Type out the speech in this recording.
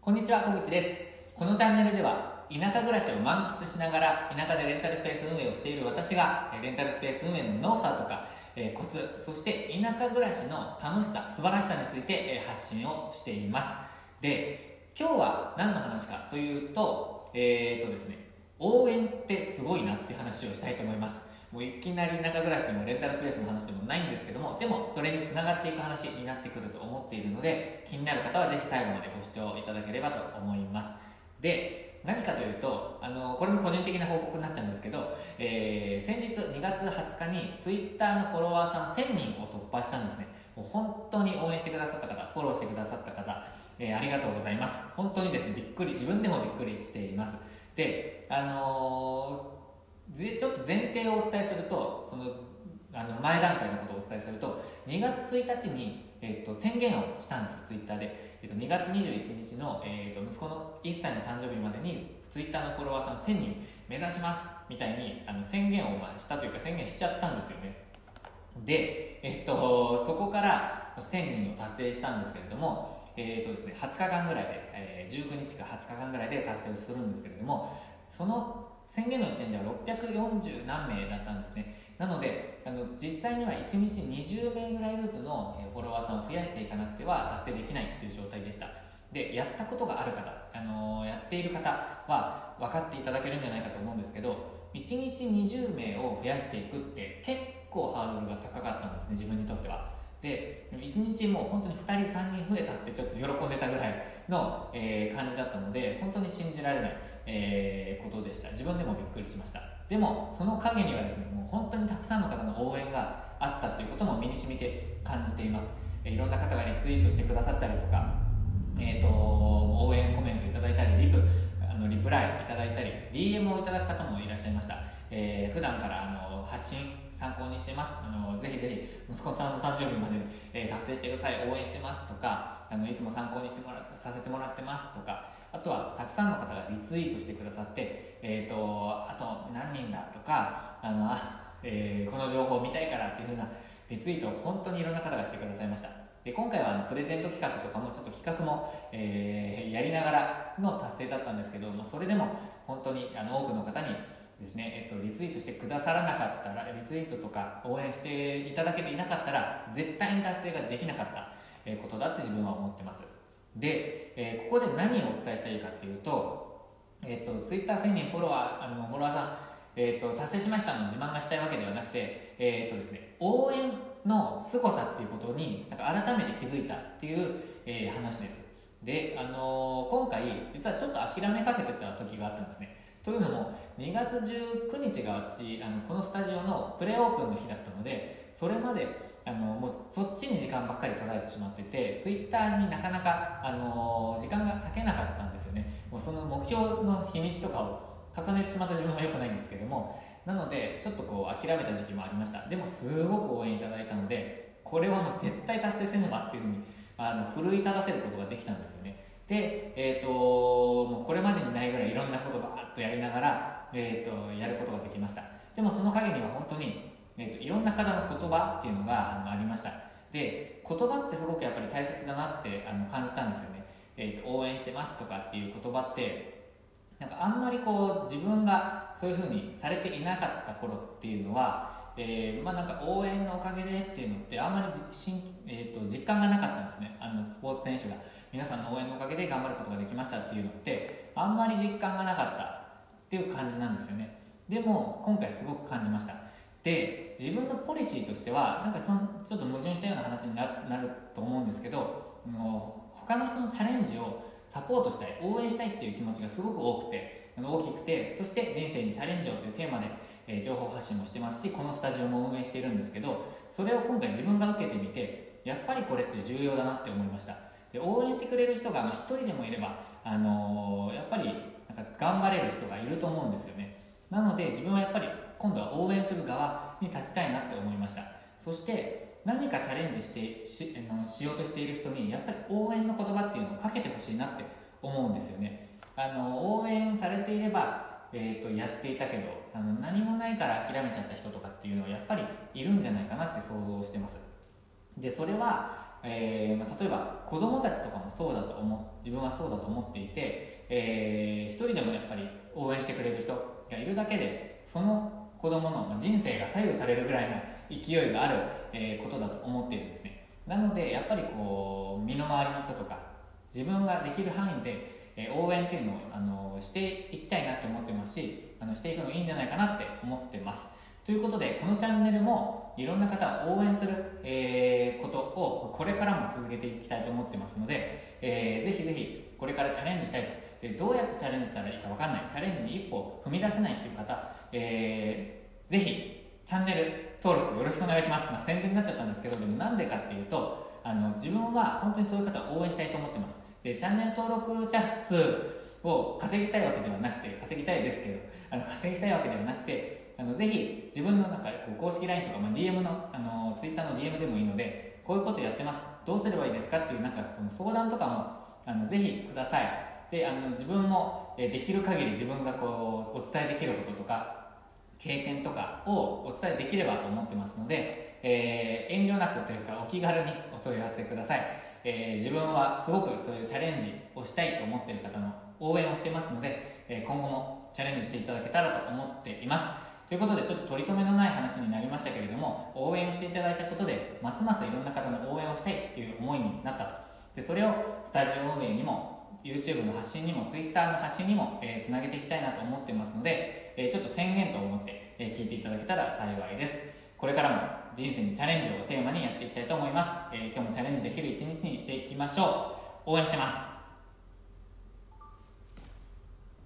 こんにちは、小口です。このチャンネルでは田舎暮らしを満喫しながら田舎でレンタルスペース運営をしている私がレンタルスペース運営のノウハウとかコツ、そして田舎暮らしの楽しさ、素晴らしさについて発信をしています。で、今日は何の話かというと、ですね、応援ってすごいなっていう話をしたいと思います。もういきなり田舎暮らしでもレンタルスペースの話でもないんですけども、でもそれにつながっていく話になってくると思っているので、気になる方はぜひ最後までご視聴いただければと思います。で、何かというと、これも個人的な報告になっちゃうんですけど、先日2月20日に Twitter のフォロワーさん1000人を突破したんですね。もう本当に応援してくださった方、フォローしてくださった方、ありがとうございます。本当にですね、自分でもびっくりしています。で、ちょっと前提をお伝えすると、前段階のことをお伝えすると、2月1日に、宣言をしたんです、ツイッターで。2月21日の、息子の1歳の誕生日までにツイッターのフォロワーさん1000人目指しますみたいに宣言をしたというか宣言しちゃったんですよね。で、そこから1000人を達成したんですけれども、ですね、20日間ぐらいで、19日か20日間ぐらいで達成をするんですけれども、その宣言の時点では640何名だったんですね。なので実際には1日20名ぐらいずつのフォロワーさんを増やしていかなくては達成できないという状態でした。で、やったことがある方、やっている方は分かっていただけるんじゃないかと思うんですけど、1日20名を増やしていくって結構ハードルが高かったんですね、自分にとっては。で、1日もう本当に2人3人増えたってちょっと喜んでたぐらいの、感じだったので、本当に信じられない、ことでした。自分でもびっくりしました。でもその陰にはですね、もう本当にたくさんの方の応援があったということも身に染みて感じています。いろんな方がリツイートしてくださったりとか、応援コメントいただいたり、リプライいただいたり DM をいただく方もいらっしゃいました。普段から発信参考にしてます。ぜひぜひ息子さんの誕生日まで、達成してください、応援してますとか、いつも参考にさせてもらってますとか、あとはたくさんの方がリツイートしてくださって、あと何人だとか、この情報を見たいからっていう風なリツイートを本当にいろんな方がしてくださいました。で、今回はプレゼント企画とかもちょっと企画も、やりながらの達成だったんですけど、それでも本当に多くの方にですね、リツイートしてくださらなかったら、リツイートとか応援していただけていなかったら絶対に達成ができなかったことだって自分は思ってます。で、ここで何をお伝えしたいかっていうと、ツイッター1000人フォロワーさん、達成しましたの自慢がしたいわけではなくて、ですね、応援の凄さっていうことに改めて気づいたっていう、話です。で、今回実はちょっと諦めかけてた時があったんですね。というのも2月19日が私このスタジオのプレオープンの日だったので、それまでもうそっちに時間ばっかり取られてしまってて、ツイッターになかなか、時間が割けなかったんですよね。もうその目標の日にちとかを重ねてしまった自分も良くないんですけども、なのでちょっと諦めた時期もありました。でもすごく応援いただいたので、これはもう絶対達成せねばっていうふうに奮い立たせることができたんですよね。で、もうこれまでにないぐらいいろんなことをバーッとやりながら、やることができました。でもその陰には本当に、いろんな方の言葉っていうのがありました。で、言葉ってすごくやっぱり大切だなって感じたんですよね。応援してますとかっていう言葉ってあんまり自分がそういう風にされていなかった頃っていうのは、応援のおかげでっていうのってあんまり実感がなかったんですね。スポーツ選手が皆さんの応援のおかげで頑張ることができましたっていうのってあんまり実感がなかったっていう感じなんですよね。でも今回すごく感じました。で、自分のポリシーとしてはちょっと矛盾したような話になると思うんですけど、他の人のチャレンジをサポートしたい、応援したいっていう気持ちがすごく大きくて、そして人生にチャレンジをというテーマで、情報発信もしてますし、このスタジオも運営しているんですけど、それを今回自分が受けてみて、やっぱりこれって重要だなって思いました。で、応援してくれる人が一人でもいれば、やっぱり頑張れる人がいると思うんですよね。なので自分はやっぱり今度は応援する側に立ちたいなって思いました。そして何かチャレンジしようとしている人にやっぱり応援の言葉っていうのをかけてほしいなって思うんですよね。応援されていれば、やっていたけど何もないから諦めちゃった人とかっていうのはやっぱりいるんじゃないかなって想像してます。で、それは例えば子供たちとかもそうだと自分はそうだと思っていて、一人でもやっぱり応援してくれる人がいるだけで、その子供の人生が左右されるぐらいな勢いがある、ことだと思っているんですね。なのでやっぱり身の回りの人とか自分ができる範囲で、応援っていうのをしていきたいなって思ってますし、していくのいいんじゃないかなって思ってます。ということでこのチャンネルもいろんな方を応援する、ことをこれからも続けていきたいと思ってますので、ぜひぜひこれからチャレンジしたいと。でどうやってチャレンジしたらいいか分かんない、チャレンジに一歩踏み出せないという方、ぜひチャンネル登録よろしくお願いします。宣伝になっちゃったんですけど、でもなんでかっていうと自分は本当にそういう方を応援したいと思ってます。でチャンネル登録者数を稼ぎたいわけではなくて、稼ぎたいですけど稼ぎたいわけではなくて、ぜひ自分の公式 LINE とか、DM のTwitter の DM でもいいので、こういうことやってます、どうすればいいですかっていうその相談とかもぜひください。で自分もできる限り自分がお伝えできることとか経験とかをお伝えできればと思ってますので、遠慮なくというかお気軽にお問い合わせください。自分はすごくそういうチャレンジをしたいと思っている方の応援をしてますので、今後もチャレンジしていただけたらと思っています。ということでちょっと取り留めのない話になりましたけれども、応援をしていただいたことでますますいろんな方の応援をしたいっていう思いになったと。でそれをスタジオ運営にも YouTube の発信にも Twitter の発信にも、つなげていきたいなと思ってますので、ちょっと宣言と思って、聞いていただけたら幸いです。これからも人生にチャレンジをテーマにやっていきたいと思います。今日もチャレンジできる一日にしていきましょう。応援してます。